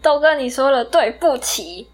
都跟你说了对不起。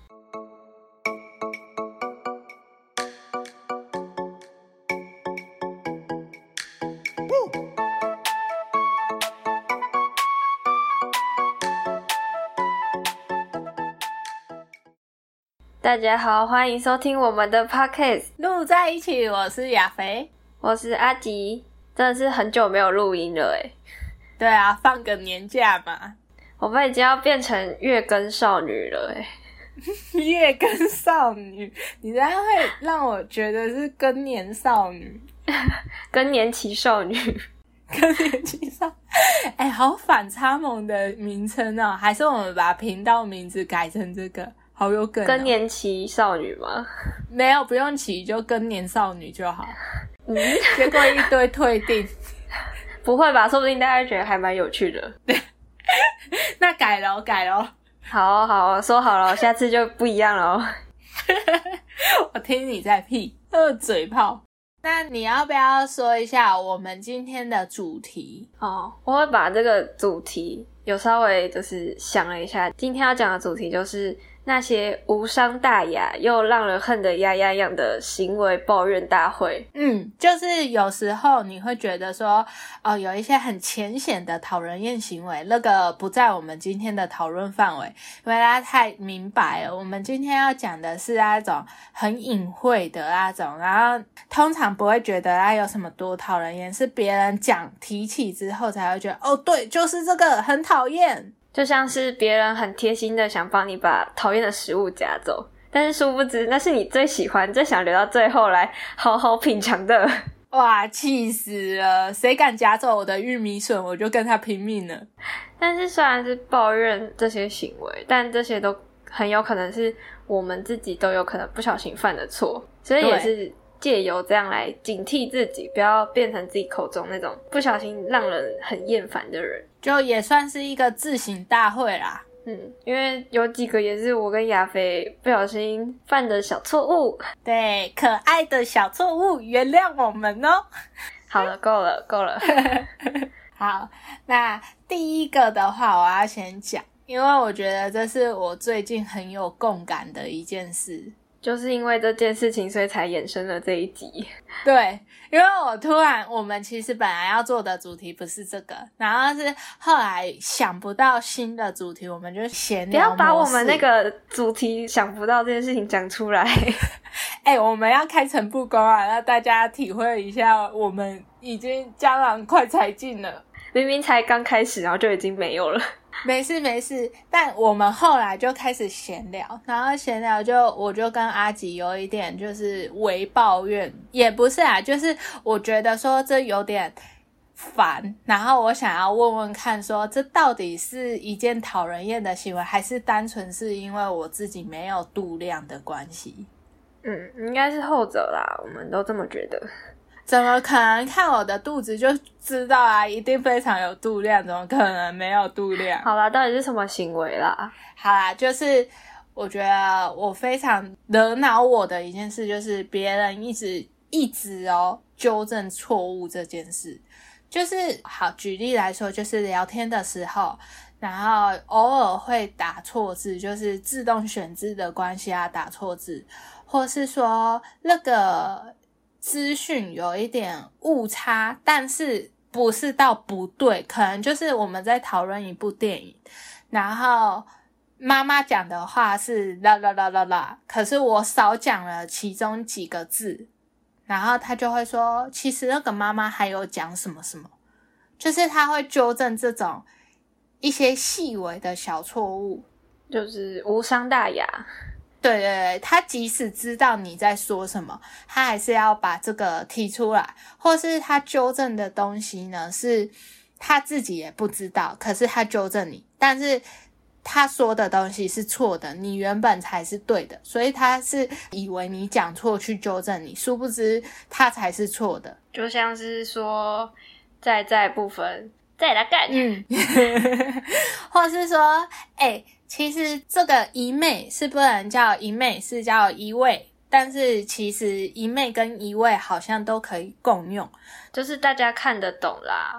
大家好，欢迎收听我们的 Podcast 录在一起，我是亚肥， 我是阿吉，真的是很久没有录音了耶。 对啊，放个年假嘛。 我们已经要变成月更少女了耶。 月更少女，你这样会让我觉得是更年少女。 更年期少女。 更年期少好反差萌的名称哦。还是我们把频道名字改成这个，好有梗哦。 更年期少女吗？ 没有，不用起，就更年少女就好。结果一堆退订。 不会吧，说不定大家觉得还蛮有趣的。 那改咯。 好哦，说好了，下次就不一样了。 我听你在屁嘴炮。那你要不要说一下我们今天的主题？ 我会把这个主题有稍微就是想了一下，今天要讲的主题就是那些无伤大雅又让人恨得牙痒痒的行为抱怨大会。 就是有时候你会觉得说有一些很浅显的讨人厌行为，那个不在我们今天的讨论范围，因为大家太明白了。我们今天要讲的是那种很隐晦的那种，然后通常不会觉得它有什么多讨人厌，是别人提起之后才会觉得对，就是这个很讨厌。 就像是别人很贴心的想帮你把讨厌的食物夹走，但是殊不知那是你最喜欢最想留到最后来好好品尝的。 哇，气死了，谁敢夹走我的玉米笋，我就跟他拼命了。 但是虽然是抱怨这些行为，但这些都很有可能是我们自己都有可能不小心犯的错，所以也是借由这样来警惕自己，不要变成自己口中那种不小心让人很厌烦的人， 就也算是一个自省大会啦。 因为有几个也是我跟亚菲不小心犯的小错误。 对，可爱的小错误，原谅我们哦。 好了，够了。 好，那第一个的话我要先讲，因为我觉得这是我最近很有共感的一件事。 就是因为这件事情，所以才衍生了这一集。 对，因为我们其实本来要做的主题不是这个，然后是后来想不到新的主题，我们就闲聊模式。 不要把我们那个主题想不到这件事情讲出来。 我们要开诚布公啊，让大家体会一下，我们已经江郎快才尽了。 明明才刚开始，然后就已经没有了。 没事，但我们后来就开始闲聊，然后闲聊我就跟阿吉有一点就是微抱怨，也不是啊，就是我觉得说这有点烦，然后我想要问问看说这到底是一件讨人厌的行为，还是单纯是因为我自己没有度量的关系？ 应该是后者啦，我们都这么觉得。 怎么可能看我的肚子就知道啊，一定非常有度量，怎么可能没有度量？ 好啦，到底是什么行为啦？ 好啦，就是我觉得我非常惹恼我的一件事，就是别人一直纠正错误这件事。就是好，举例来说，就是聊天的时候，然后偶尔会打错字，就是自动选字的关系啊，打错字，或是说那个资讯有一点误差，但是不是到不对，可能就是我们在讨论一部电影，然后妈妈讲的话是啦啦啦啦啦，可是我少讲了其中几个字，然后他就会说其实那个妈妈还有讲什么什么，就是他会纠正这种一些细微的小错误， 就是无伤大雅。 对，他即使知道你在说什么，他还是要把这个提出来，或是他纠正的东西呢，是他自己也不知道，可是他纠正你，但是他说的东西是错的，你原本才是对的，所以他是以为你讲错去纠正你，殊不知他才是错的。 就像是说在部分再来干， 或是说其实这个一妹是不能叫一妹，是叫一位，但是其实一妹跟一位好像都可以共用， 就是大家看得懂啦。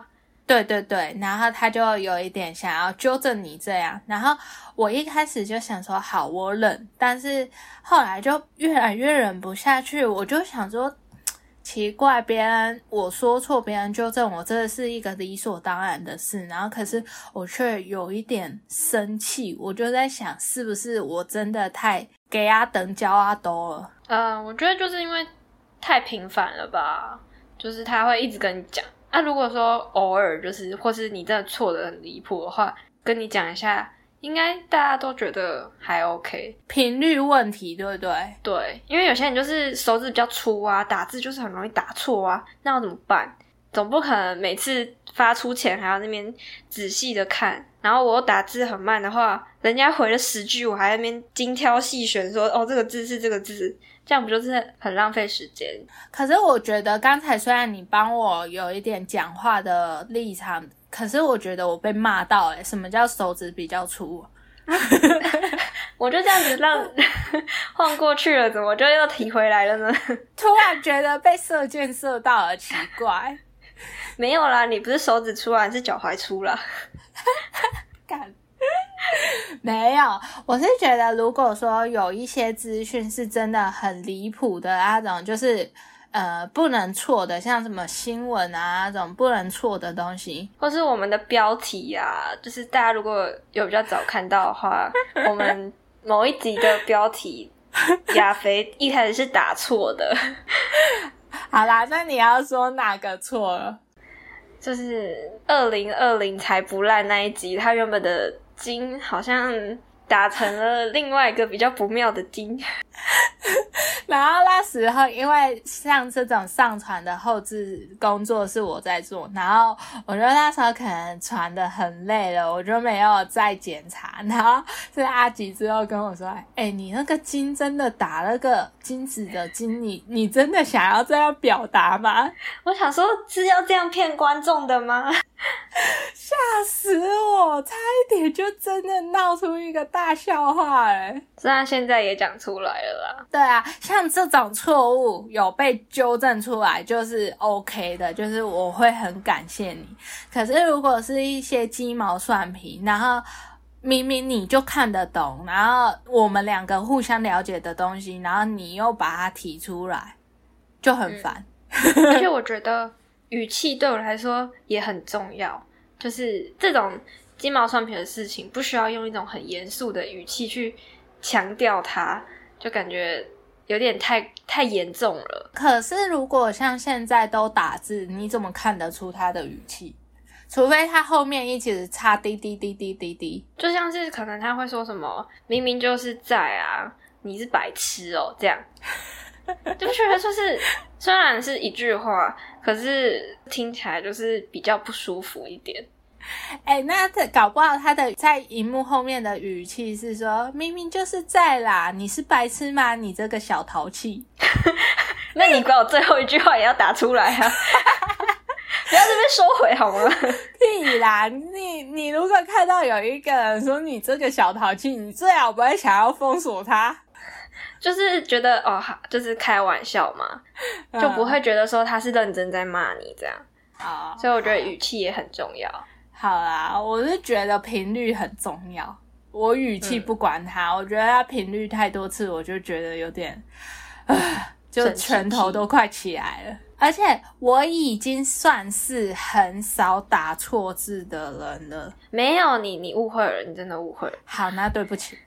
对对对，然后他就有一点想要纠正你这样，然后我一开始就想说好我忍，但是后来就越来越忍不下去，我就想说奇怪，别人我说错，别人纠正我，这是一个理所当然的事，然后可是我却有一点生气，我就在想是不是我真的太给他等教他多了。 我觉得就是因为太频繁了吧，就是他会一直跟你讲啊。如果说偶尔就是或是你真的错得很离谱的话，跟你讲一下，应该大家都觉得还 OK。 频率问题对不对？ 对，因为有些人就是手指比较粗啊，打字就是很容易打错啊，那要怎么办？总不可能每次发出前还要那边仔细的看，然后我又打字很慢的话，人家回了10句，我还在那边精挑细选说哦这个字是这个字，这样不就是很浪费时间？ 可是我觉得刚才虽然你帮我有一点讲话的立场，可是我觉得我被骂到什么叫手指比较粗？ 我就这样子让晃过去了，怎么就又提回来了呢？ 突然觉得被射箭射到了，奇怪。 没有啦，你不是手指粗啦，你是脚踝粗啦。 干没有，我是觉得如果说有一些资讯是真的很离谱的那种，就是不能错的，像什么新闻啊那种不能错的东西， 或是我们的标题啊，就是大家如果有比较早看到的话，我们某一集的标题亚肥一开始是打错的。 好啦，那你要说哪个错了？ 就是2020才不烂那一集，他原本的金好像打成了另外一个比较不妙的金。 然后那时候因为像这种上传的后置工作是我在做，然后我觉得那时候可能传的很累了，我就没有再检查，然后是阿吉之后跟我说你那个金真的打那个金子的金，你真的想要这样表达吗？ 我想说是要这样骗观众的吗？ 吓死我，差一点就真的闹出一个大笑话虽然现在也讲出来了啦。 对啊，像这种错误有被纠正出来就是 OK 的，就是我会很感谢你。可是如果是一些鸡毛蒜皮，然后明明你就看得懂，然后我们两个互相了解的东西，然后你又把它提出来，就很烦。 而且我觉得语气对我来说也很重要，就是这种鸡毛蒜皮的事情不需要用一种很严肃的语气去强调它，就感觉有点太严重了。 可是如果像现在都打字，你怎么看得出他的语气？除非他后面一直插滴滴滴滴滴滴， 就像是可能他会说什么明明就是在啊，你是白痴哦，这样就觉得就是虽然是一句话，可是听起来就是比较不舒服一点。 那搞不好他的在荧幕后面的语气是说明明就是在啦，你是白痴吗？你这个小淘气。 那你把我最后一句话也要打出来啊。不要这边收回好吗？ 屁啦，你如果看到有一个人说你这个小淘气，你最好不会想要封锁他， 就是觉得就是开玩笑嘛，就不会觉得说他是认真在骂你这样。所以我觉得语气也很重要。 好啦，我是觉得频率很重要，我语气不管他，我觉得他频率太多次，我就觉得有点就拳头都快起来了。而且我已经算是很少打错字的人了。 没有，你误会了，你真的误会了。 好，那对不起。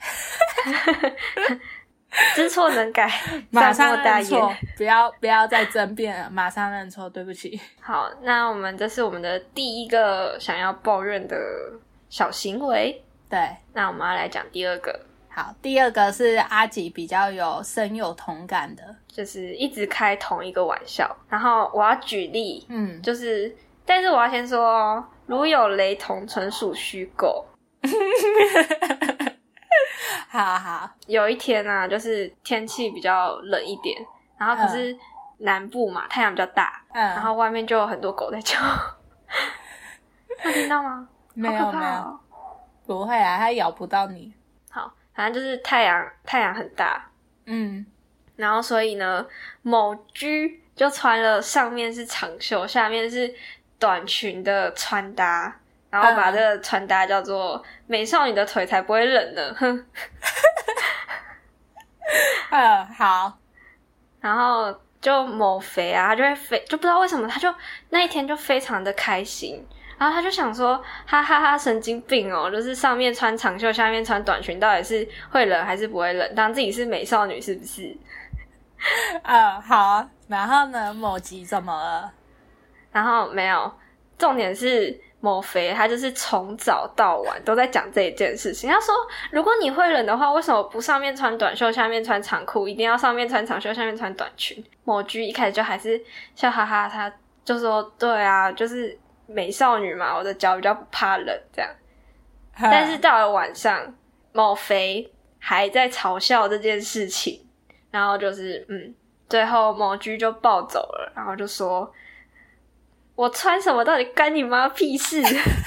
知错能改， 马上认错，不要再争辩了，马上认错，对不起。 好，那这是我们的第一个想要抱怨的小行为。 对， 那我们要来讲第二个。 好，第二个是阿吉比较深有同感的， 就是一直开同一个玩笑。然后我要举例，但是我要先说如有雷同，纯属虚构。 好， 有一天啊，就是天气比较冷一点，然后可是南部嘛，太阳比较大，然后外面就有很多狗在叫。有听到吗？ 没有，没有，不会啊，它咬不到你。 好，反正就是太阳很大，然后所以呢，某居就穿了上面是长袖，下面是短裙的穿搭，然后把这个穿搭叫做美少女的腿才不会冷呢。哼。 好。 然后就某肥啊，他就会就不知道为什么他就那一天就非常的开心，然后他就想说哈哈哈神经病哦，就是上面穿长袖下面穿短裙到底是会冷还是不会冷，当自己是美少女是不是？ 好。然后呢，某集怎么了？ 然后没有，重点是某肥他就是从早到晚都在讲这一件事情。他说如果你会冷的话，为什么不上面穿短袖下面穿长裤，一定要上面穿长袖下面穿短裙？某居一开始就还是笑哈哈，他就说对啊，就是美少女嘛，我的脚比较不怕冷这样。但是到了晚上，某肥还在嘲笑这件事情，然后就是最后某居就暴走了，然后就说我穿什么到底干你妈屁事。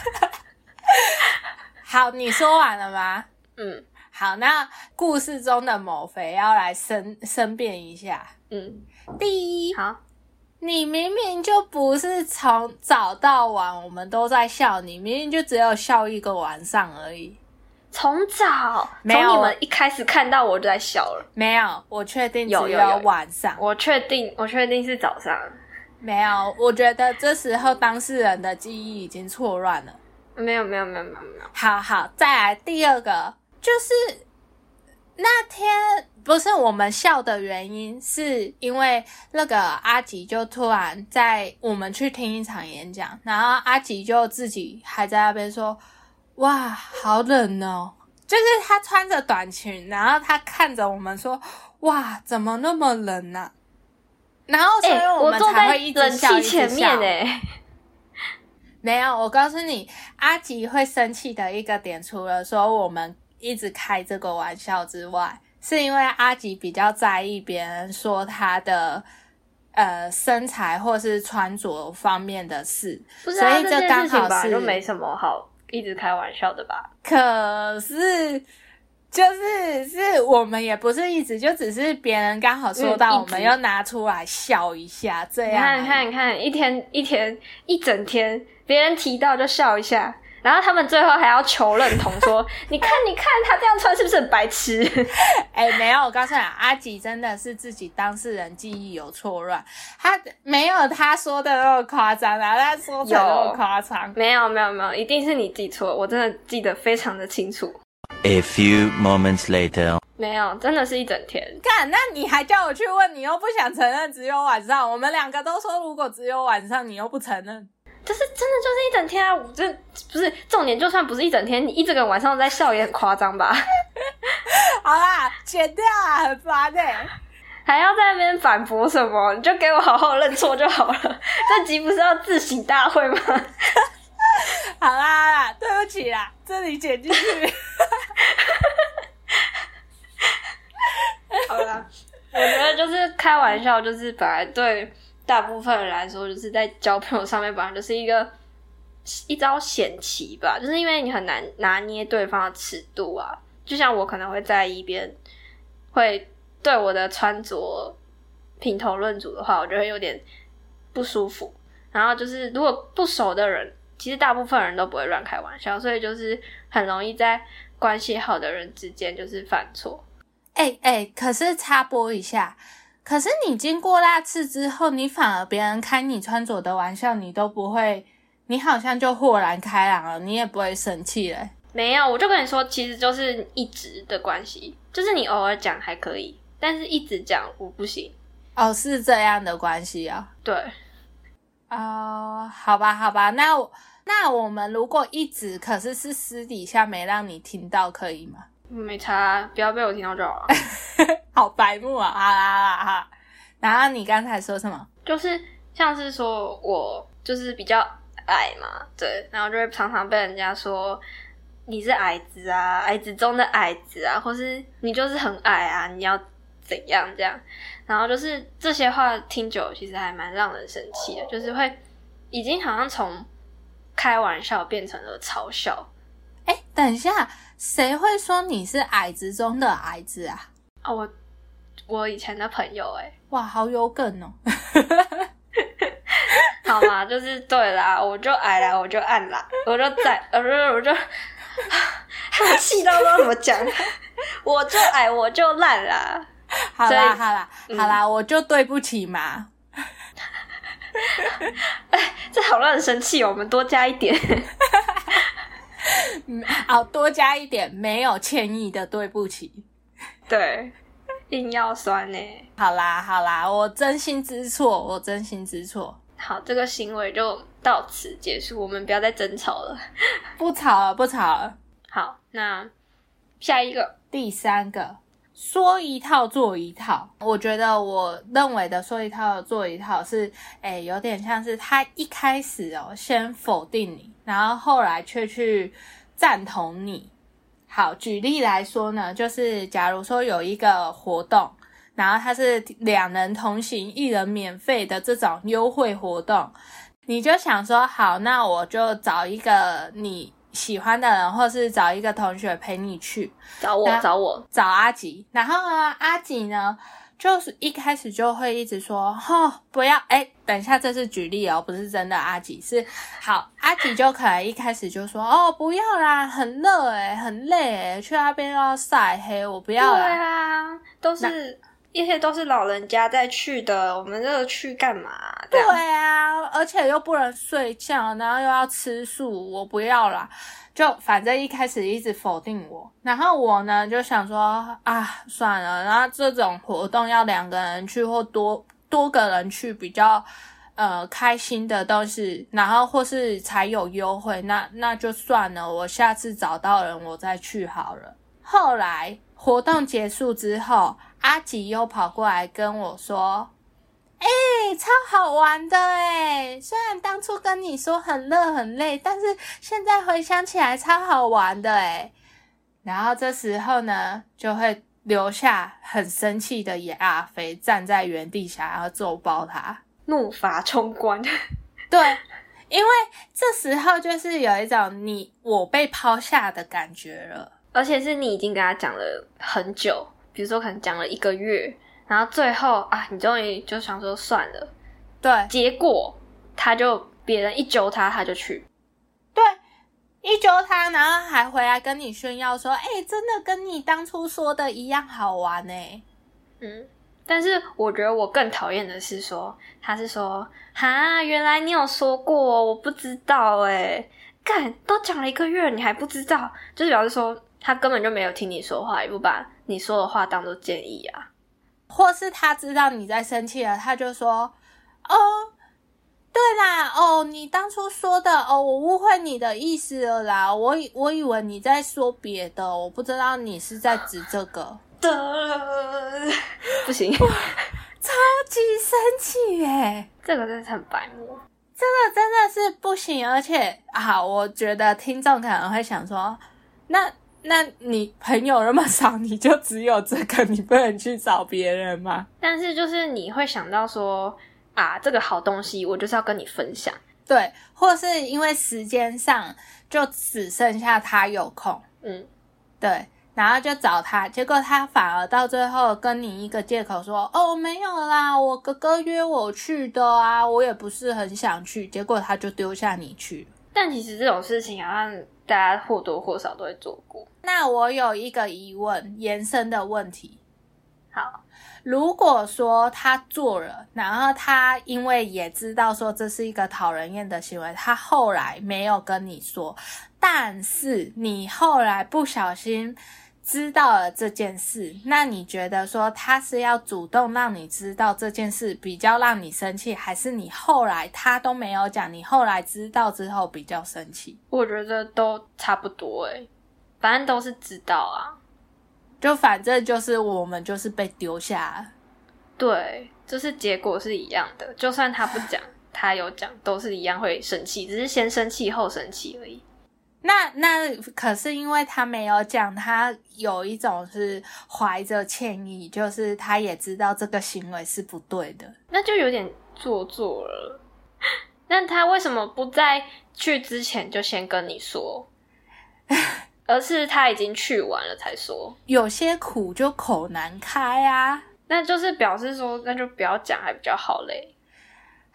好，你说完了吗？好，那故事中的某肥要来申辩一下。第一， 好， 你明明就不是从早到晚我们都在笑你，明明就只有笑一个晚上而已。 从早没有， 从你们一开始看到我就在笑了。 没有，我确定只有晚上。我确定是早上。 没有，我觉得这时候当事人的记忆已经错乱了。 没有。 好，再来第二个，就是那天不是我们笑的原因，是因为那个阿吉就突然在我们去听一场演讲，然后阿吉就自己还在那边说，哇，好冷哦。就是他穿着短裙，然后他看着我们说，哇，怎么那么冷啊？然后所以我们才会一直笑， 我坐在冷气前面没有，我告诉你，阿吉会生气的一个点，除了说我们一直开这个玩笑之外，是因为阿吉比较在意别人说他的身材或是穿着方面的事， 不是所以这刚好是就没什么好一直开玩笑的吧？ 可是就是我们也不是一直，就只是别人刚好说到，我们又拿出来笑一下，这样。 你看，一整天，别人提到就笑一下，然后他们最后还要求认同说，你看，他这样穿是不是很白痴？ 没有，我告诉你，阿吉真的是自己当事人记忆有错乱，他没有他说的那么夸张啊，他说成那么夸张。 没有，一定是你记错，我真的记得非常的清楚。 A few moments later. 没有，真的是一整天。 干，那你还叫我去问，你又不想承认只有晚上，我们两个都说如果只有晚上，你又不承认。 就是真的就是一整天啊！我这不是重点，就算不是一整天，你一整个晚上都在笑也很夸张吧？ 好啦，剪掉啊，很烦还要在那边反驳什么？你就给我好好认错就好了。这集不是要自省大会吗？ 好啦，对不起啦，这里剪进去。 好啦，我觉得就是开玩笑，就是本来对大部分人来说，就是在交朋友上面，本来就是一招险棋吧，就是因为你很难拿捏对方的尺度啊。就像我可能会在意别人会对我的穿着评头论足的话，我就会有点不舒服。然后就是如果不熟的人，其实大部分人都不会乱开玩笑，所以就是很容易在关系好的人之间就是犯错。 可是插播一下，可是你经过那次之后，你反而别人开你穿着的玩笑，你都不会，你好像就豁然开朗了，你也不会生气了。 没有，我就跟你说，其实就是一直的关系，就是你偶尔讲还可以，但是一直讲我不行。 哦，是这样的关系啊？ 对。 好吧，那我们如果一直可是私底下没让你听到，可以吗？ 没差，不要被我听到就好了。 好白目啊！好。然后你刚才说什么？ 就是像是说我就是比较矮嘛，对，然后就会常常被人家说你是矮子啊，矮子中的矮子啊，或是你就是很矮啊，你要怎样这样。然后就是这些话听久其实还蛮让人生气的，就是会已经好像从开玩笑变成了嘲笑。 等一下，谁会说你是矮子中的矮子啊？ 我以前的朋友哇， 好有梗哦。 好嘛，就是对啦，我就矮啦，我就暗啦，我就气到不知道怎么讲，我就矮，我就烂啦。 好啦，好啦，我就对不起嘛。 哎，这好让人生气哦，我们多加一点。 多加一点没有歉意的对不起。 对，硬要酸呢。 好啦，我真心知错。 好，这个行为就到此结束，我们不要再争吵了。 不吵了。 好，那下一个， 第3个，说一套做一套。我觉得我认为的说一套做一套是有点像是他一开始先否定你，然后后来却去赞同你。好，举例来说呢，就是假如说有一个活动，然后它是2人同行1人免费的这种优惠活动，你就想说好，那我就找一个你喜欢的人，或是找一个同学陪你去。找阿吉。然后呢，阿吉呢就是一开始就会一直说不要，等一下，这是举例不是真的阿吉。是好，阿吉就可能一开始就说不要啦，很热很累去那边要晒黑，我不要啦。 对啊，一些都是老人家在去的，我们这个去干嘛？ 对啊，而且又不能睡觉，然后又要吃素，我不要啦。就反正一开始一直否定我，然后我呢就想说算了，然后这种活动要2个人去或多个人去比较开心的东西，然后或是才有优惠，那就算了，我下次找到人我再去好了。后来活动结束之后，阿吉又跑过来跟我说超好玩的虽然当初跟你说很热很累，但是现在回想起来超好玩的然后这时候呢，就会留下很生气的阿飞站在原地想要揍爆他， 怒发冲冠。 对，因为这时候就是有一种我被抛下的感觉了， 而且是你已经跟他讲了很久，比如说可能讲了1个月，然后最后你终于就想说算了， 对， 结果别人一揪他就去， 对，一揪他，然后还回来跟你炫耀说真的跟你当初说的一样好玩但是我觉得我更讨厌的是他是说原来你有说过我不知道干，都讲了1个月你还不知道，就是表示说他根本就没有听你说话，也不把你说的话当作建议啊。 或是他知道你在生气了，他就说对啦，你当初说的我误会你的意思了啦，我以为你在说别的，我不知道你是在指这个。 不行， 超级生气这个真的是很白目， 这个真的是不行。而且我觉得听众可能会想说，那你朋友那么少，你就只有这个，你不能去找别人吗？ 但是就是你会想到说这个好东西我就是要跟你分享， 对，或是因为时间上就只剩下他有空，对，然后就找他，结果他反而到最后跟你一个借口说没有啦，我哥哥约我去的我也不是很想去，结果他就丢下你去。 但其实这种事情好像大家或多或少都会做过。 那我有一个疑问，延伸的问题。 好， 如果说他做了，然后他因为也知道说这是一个讨人厌的行为，他后来没有跟你说，但是你后来不小心知道了这件事，那你觉得说他是要主动让你知道这件事比较让你生气，还是你后来他都没有讲，你后来知道之后比较生气？ 我觉得都差不多反正都是知道啊， 就反正就是我们就是被丢下了。 对，就是结果是一样的，就算他不讲他有讲都是一样会生气，只是先生气后生气而已。 那可是因为他没有讲，他有一种是怀着歉意，就是他也知道这个行为是不对的， 那就有点做作了。那他为什么不在去之前就先跟你说，而是他已经去完了才说？ 有些苦就口难开啊， 那就是表示说那就不要讲还比较好嘞。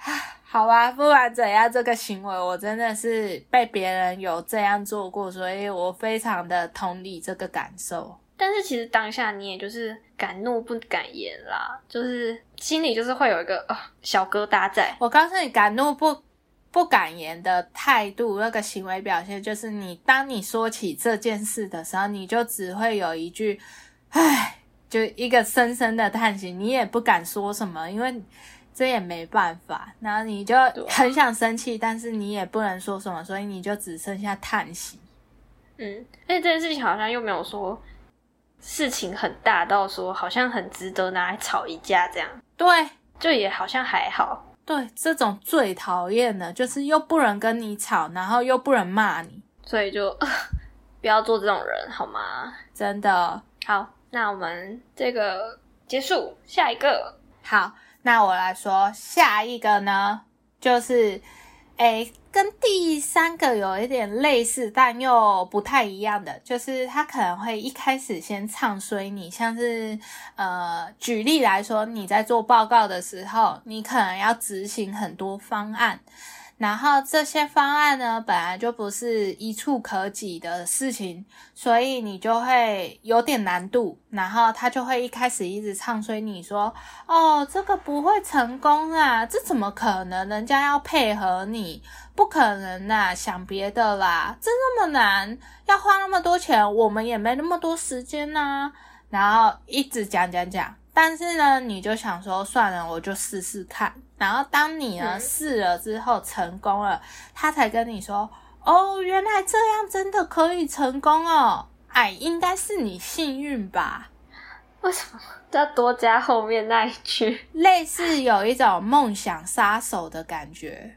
好吧，不管怎样，这个行为我真的是被别人有这样做过，所以我非常的同理这个感受。 但是其实当下你也就是敢怒不敢言啦，就是心里就是会有一个小疙瘩在。 我告诉你，敢怒不敢言的态度，那个行为表现，就是当你说起这件事的时候，你就只会有一句唉，就一个深深的叹息，你也不敢说什么，因为这也没办法，然后你就很想生气，但是你也不能说什么，所以你就只剩下叹息。 而且这件事情好像又没有说事情很大到说好像很值得拿来吵一架这样。 对， 就也好像还好。 对，这种最讨厌的就是又不能跟你吵，然后又不能骂你， 所以就不要做这种人好吗？ 真的。 好，那我们这个结束，下一个。 好，那我来说下一个呢，就是跟第三个有一点类似但又不太一样的，就是他可能会一开始先唱衰你，像是举例来说，你在做报告的时候，你可能要执行很多方案，然后这些方案呢本来就不是一触可及的事情，所以你就会有点难度，然后他就会一开始一直唱衰你说，这个不会成功啊，这怎么可能，人家要配合你，不可能啊，想别的啦，这那么难，要花那么多钱，我们也没那么多时间啊，然后一直讲，但是呢你就想说算了，我就试试看，然后当你呢试了之后成功了，他才跟你说，原来这样真的可以成功哦，应该是你幸运吧。 为什么要多加后面那一句？ 类似有一种梦想杀手的感觉。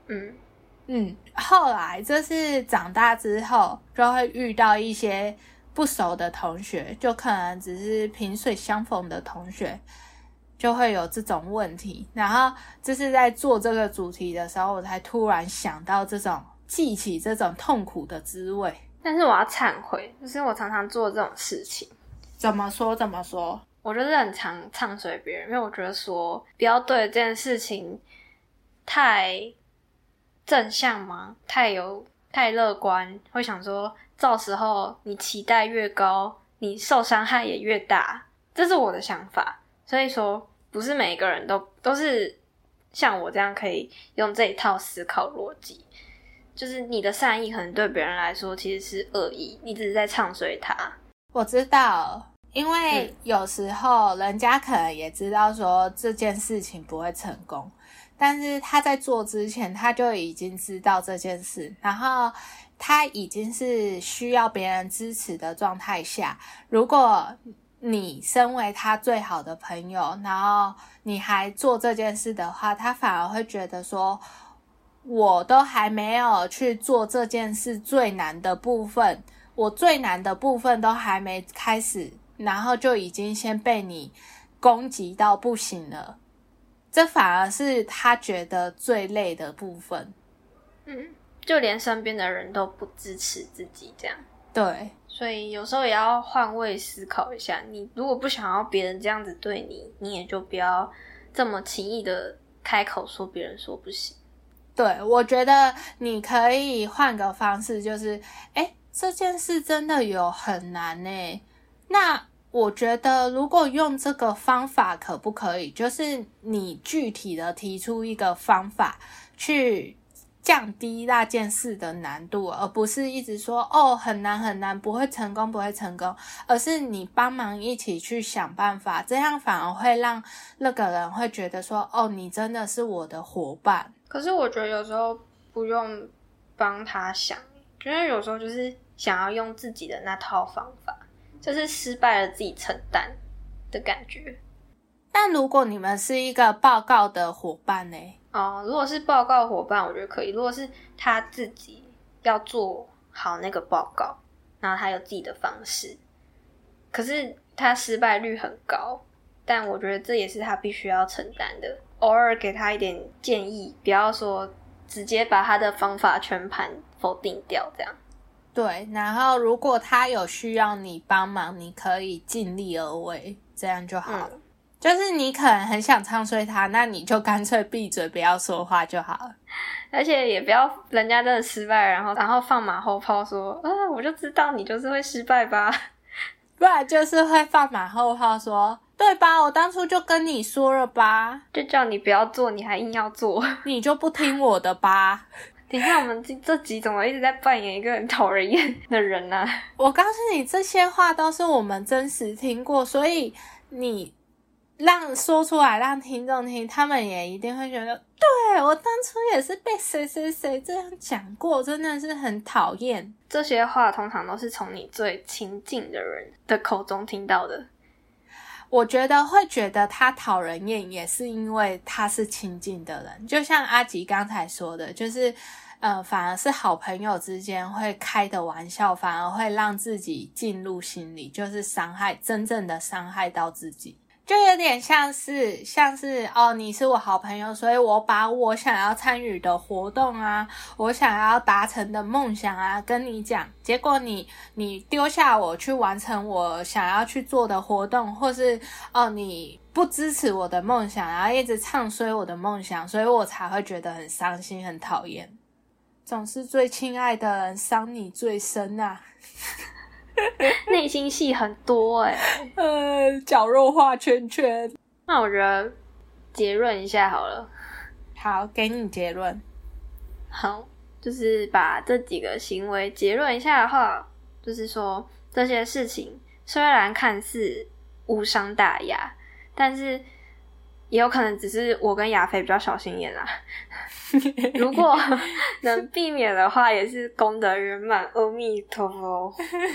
后来就是长大之后就会遇到一些不熟的同学，就可能只是萍水相逢的同学，就会有这种问题，然后就是在做这个主题的时候，我才突然想到记起这种痛苦的滋味。 但是我要忏悔，就是我常常做这种事情。 怎么说？ 我就是很常唱衰别人，因为我觉得说不要对这件事情太正向吗？太乐观，会想说到时候你期待越高，你受伤害也越大，这是我的想法。所以说不是每一个人都是像我这样可以用这一套思考逻辑，就是你的善意可能对别人来说其实是恶意，你只是在唱衰他。 我知道，因为有时候人家可能也知道说这件事情不会成功，但是他在做之前他就已经知道这件事，然后他已经是需要别人支持的状态下，如果你身为他最好的朋友，然后你还做这件事的话，他反而会觉得说，我都还没有去做这件事最难的部分，我最难的部分都还没开始，然后就已经先被你攻击到不行了，这反而是他觉得最累的部分。 就连身边的人都不支持自己这样。 对， 所以有时候也要换位思考一下，你如果不想要别人这样子对你，你也就不要这么轻易的开口说别人说不行。 对，我觉得你可以换个方式，就是这件事真的有很难耶，那我觉得如果用这个方法可不可以，就是你具体的提出一个方法去降低那件事的难度，而不是一直说很难很难，不会成功，而是你帮忙一起去想办法，这样反而会让那个人会觉得说你真的是我的伙伴。 可是我觉得有时候不用帮他想，因为有时候就是想要用自己的那套方法，就是失败了自己承担的感觉。 但如果你们是一个报告的伙伴呢？ 如果是报告伙伴我觉得可以，如果是他自己要做好那个报告，然后他有自己的方式，可是他失败率很高，但我觉得这也是他必须要承担的，偶尔给他一点建议，不要说直接把他的方法全盘否定掉这样。 对，然后如果他有需要你帮忙，你可以尽力而为，这样就好了。 就是你可能很想唱衰他，那你就干脆闭嘴不要说话就好了。 而且也不要人家真的失败然后放马后炮说我就知道你就是会失败吧， 不然就是会放马后炮说对吧，我当初就跟你说了吧， 就叫你不要做你还硬要做， 你就不听我的吧。 等一下我们这集怎么一直在扮演一个很讨人厌的人啊？ 我告诉你，这些话都是我们真实听过，所以你说出来让听众听，他们也一定会觉得对，我当初也是被谁谁谁这样讲过，真的是很讨厌。 这些话通常都是从你最亲近的人的口中听到的。 我觉得会觉得他讨人厌也是因为他是亲近的人，就像阿吉刚才说的，就是反而是好朋友之间会开的玩笑，反而会让自己进入心里，就是真正的伤害到自己。就有点像是你是我好朋友，所以我把我想要参与的活动啊，我想要达成的梦想啊跟你讲，结果你丢下我去完成我想要去做的活动，或是你不支持我的梦想，然后一直唱衰我的梦想，所以我才会觉得很伤心很讨厌。总是最亲爱的人伤你最深啊。 内心戏很多绞肉画圈圈。 那我觉得结论一下好了。 好，给你结论。 好，就是把这几个行为结论一下的话，就是说这些事情虽然看似无伤大雅，但是也有可能只是我跟亚菲比较小心眼啦。如果能避免的话，也是功德圆满，阿弥陀佛。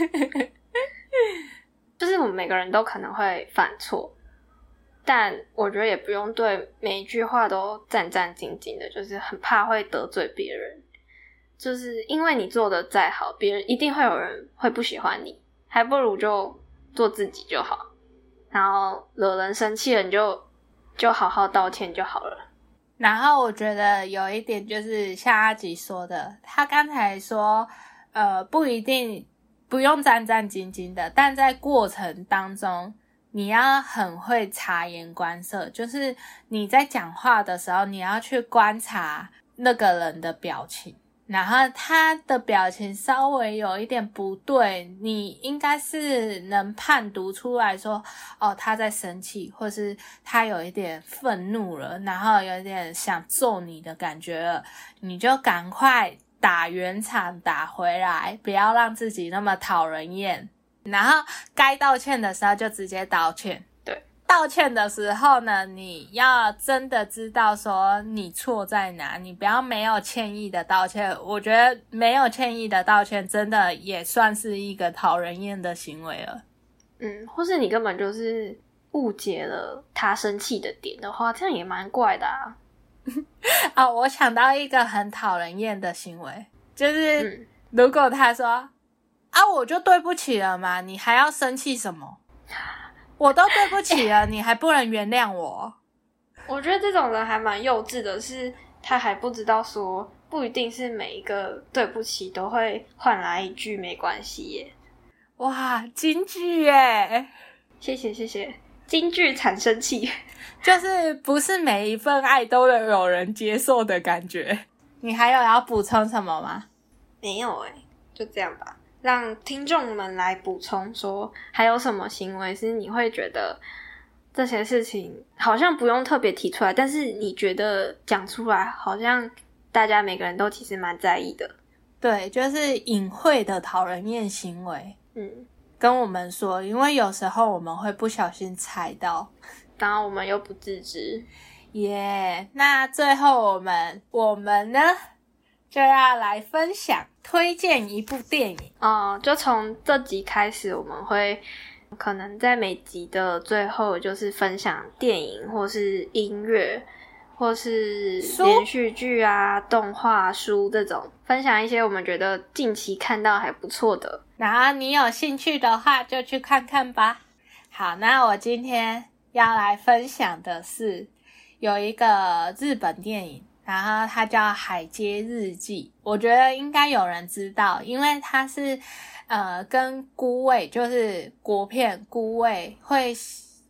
就是我们每个人都可能会犯错，但我觉得也不用对每一句话都战战兢兢的，就是很怕会得罪别人。就是因为你做的再好，别人一定会有人会不喜欢你，还不如就做自己就好。然后惹人生气了，你就好好道歉就好了。 然后我觉得有一点就是像阿吉说的，他刚才说不一定不用战战兢兢的，但在过程当中你要很会察言观色，就是你在讲话的时候你要去观察那个人的表情，然后他的表情稍微有一点不对，你应该是能判读出来说他在生气，或是他有一点愤怒了，然后有一点想揍你的感觉了，你就赶快打圆场打回来，不要让自己那么讨人厌，然后该道歉的时候就直接道歉。 对， 道歉的时候呢，你要真的知道说你错在哪，你不要没有歉意的道歉。我觉得没有歉意的道歉真的也算是一个讨人厌的行为了。 或是你根本就是误解了他生气的点的话，这样也蛮怪的啊。 我想到一个很讨人厌的行为，就是如果他说我就对不起了嘛，你还要生气什么？我都对不起了，你还不能原谅我？ 我觉得这种人还蛮幼稚的，是他还不知道说不一定是每一个对不起都会换来一句没关系耶。 哇，金句耶！ 谢谢，金句产生气。 就是不是每一份爱都能有人接受的感觉。你还有要补充什么吗？ 没有就这样吧。让听众们来补充说还有什么行为是你会觉得这些事情好像不用特别提出来，但是你觉得讲出来好像大家每个人都其实蛮在意的。 对，就是隐晦的讨人厌行为。跟我们说，因为有时候我们会不小心踩到， 当然我们又不自知。 那最后我们呢就要来分享推荐一部电影就从这集开始，我们会可能在每集的最后就是分享电影或是音乐或是连续剧啊、动画、书这种，分享一些我们觉得近期看到还不错的， 然后你有兴趣的话就去看看吧。好，那我今天要来分享的是有一个日本电影，然后它叫《海街日记》，我觉得应该有人知道，因为它是跟孤味，就是国片孤味会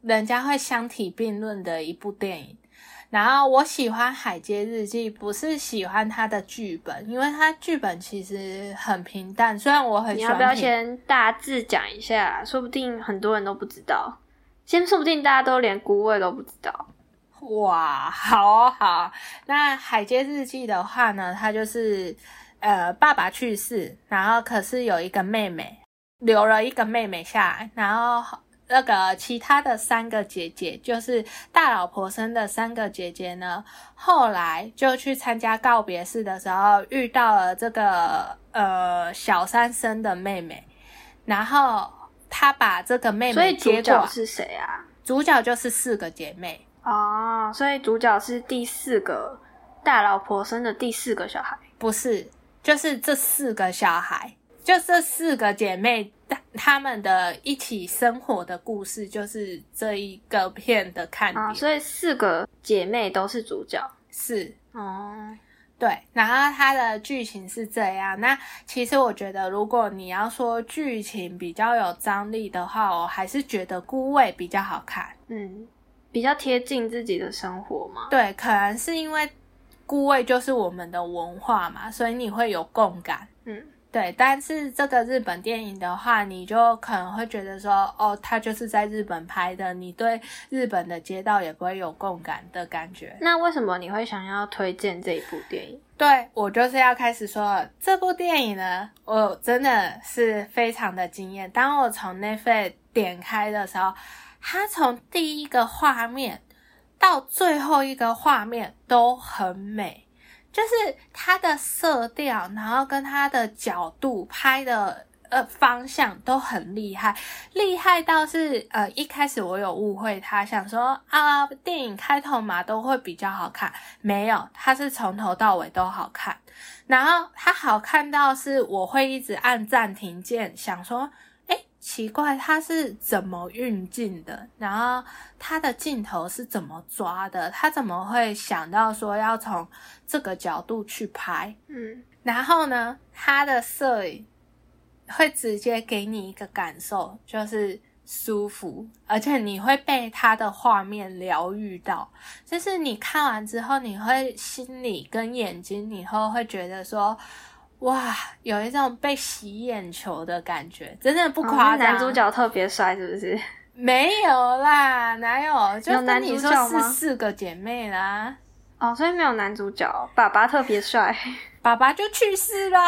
人家会相提并论的一部电影。然后我喜欢《海街日记》，不是喜欢它的剧本，因为它剧本其实很平淡，虽然我很喜欢。 你要不要先大致讲一下？说不定很多人都不知道，说不定大家都连孤味都不知道。 哇，好哦，好。那《海街日记》的话呢，它就是爸爸去世，然后可是有一个妹妹，留了一个妹妹下来，然后那个其他的3个姐姐，就是大老婆生的3个姐姐呢，后来就去参加告别式的时候遇到了这个小三生的妹妹，然后她把这个妹妹接过来。所以主角是谁啊？ 主角就是4个姐妹哦，所以主角是第4个大老婆生的第4个小孩？ 不是，就是这4个小孩，就这4个姐妹他们的一起生活的故事，就是这一个片的看点。 所以4个姐妹都是主角。 是哦， 对。然后它的剧情是这样。那其实我觉得，如果你要说剧情比较有张力的话，我还是觉得孤味比较好看。 比较贴近自己的生活嘛。 对，可能是因为孤味就是我们的文化嘛，所以你会有共感。对，但是这个日本电影的话，你就可能会觉得说，哦，它就是在日本拍的，你对日本的街道也不会有共感的感觉。 那为什么你会想要推荐这一部电影？ 对，我就是要开始说了，这部电影呢，我真的是非常的惊艳。当我从 Netflix 点开的时候，它从第一个画面到最后一个画面都很美。就是它的色调，然后跟它的角度拍的方向都很厉害，厉害到是一开始我有误会他，想说啊电影开头嘛都会比较好看，没有，它是从头到尾都好看。然后它好看到是我会一直按暂停键，想说奇怪，它是怎么运镜的？然后它的镜头是怎么抓的？他怎么会想到说要从这个角度去拍？然后呢，它的摄影会直接给你一个感受，就是舒服，而且你会被它的画面疗愈到。就是你看完之后，你会心里跟眼睛以后会觉得说，哇，有一种被洗眼球的感觉，真的不夸张。 男主角特别帅是不是？ 没有啦，哪有？就跟你说是4个姐妹啦。 所以没有男主角，爸爸特别帅。 爸爸就去世啦。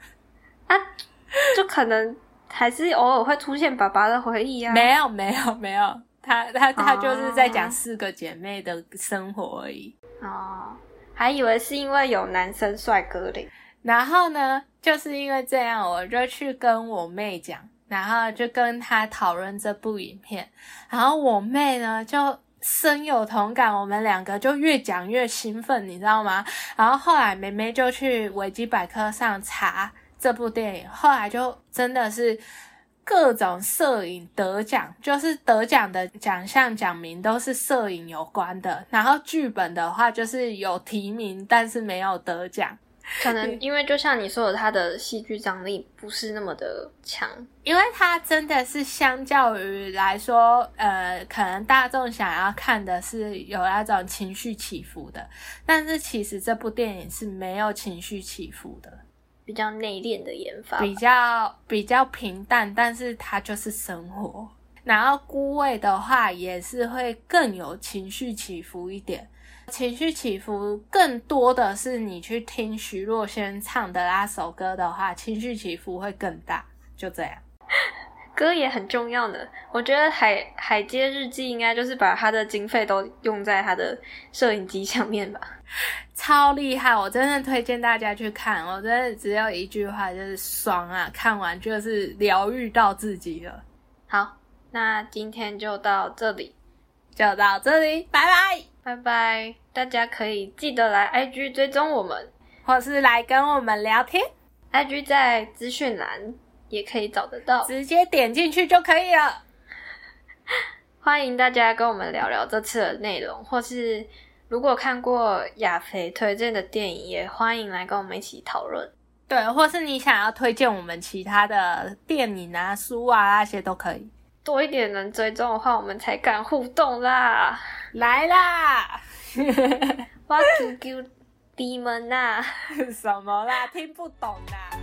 就可能还是偶尔会出现爸爸的回忆啊。 没有，他就是在讲4个姐妹的生活而已。 还以为是因为有男生帅哥嘞。 然后呢，就是因为这样，我就去跟我妹讲，然后就跟她讨论这部影片，然后我妹呢就深有同感，我们2个就越讲越兴奋，你知道吗？然后后来妹妹就去维基百科上查这部电影，后来就真的是各种摄影得奖，就是得奖的奖项奖名都是摄影有关的，然后剧本的话就是有提名但是没有得奖。 可能因为就像你说的，他的戏剧张力不是那么的强， 因为他真的是相较于来说可能大众想要看的是有那种情绪起伏的，但是其实这部电影是没有情绪起伏的， 比较内敛的演法， 比较平淡，但是它就是生活。然后孤味的话也是会更有情绪起伏一点，情绪起伏更多的是你去听徐若瑄唱的那首歌的话，情绪起伏会更大，就这样。 歌也很重要的，我觉得海街日记应该就是把他的经费都用在他的摄影机上面吧， 超厉害，我真的推荐大家去看，我真的只有一句话，就是爽啊，看完就是疗愈到自己了。 好，那今天就到这里， 拜拜拜拜，大家可以记得来 IG 追踪我们， 或是来跟我们聊天， IG 在资讯栏也可以找得到， 直接点进去就可以了。 欢迎大家跟我们聊聊这次的内容，或是如果看过亚肥推荐的电影，也欢迎来跟我们一起讨论。 对，或是你想要推荐我们其他的电影啊、书啊那些都可以。 多一点人追踪的话，我们才敢互动啦。 来啦！ 我 QQ 弟们呐， 什么啦？听不懂啦。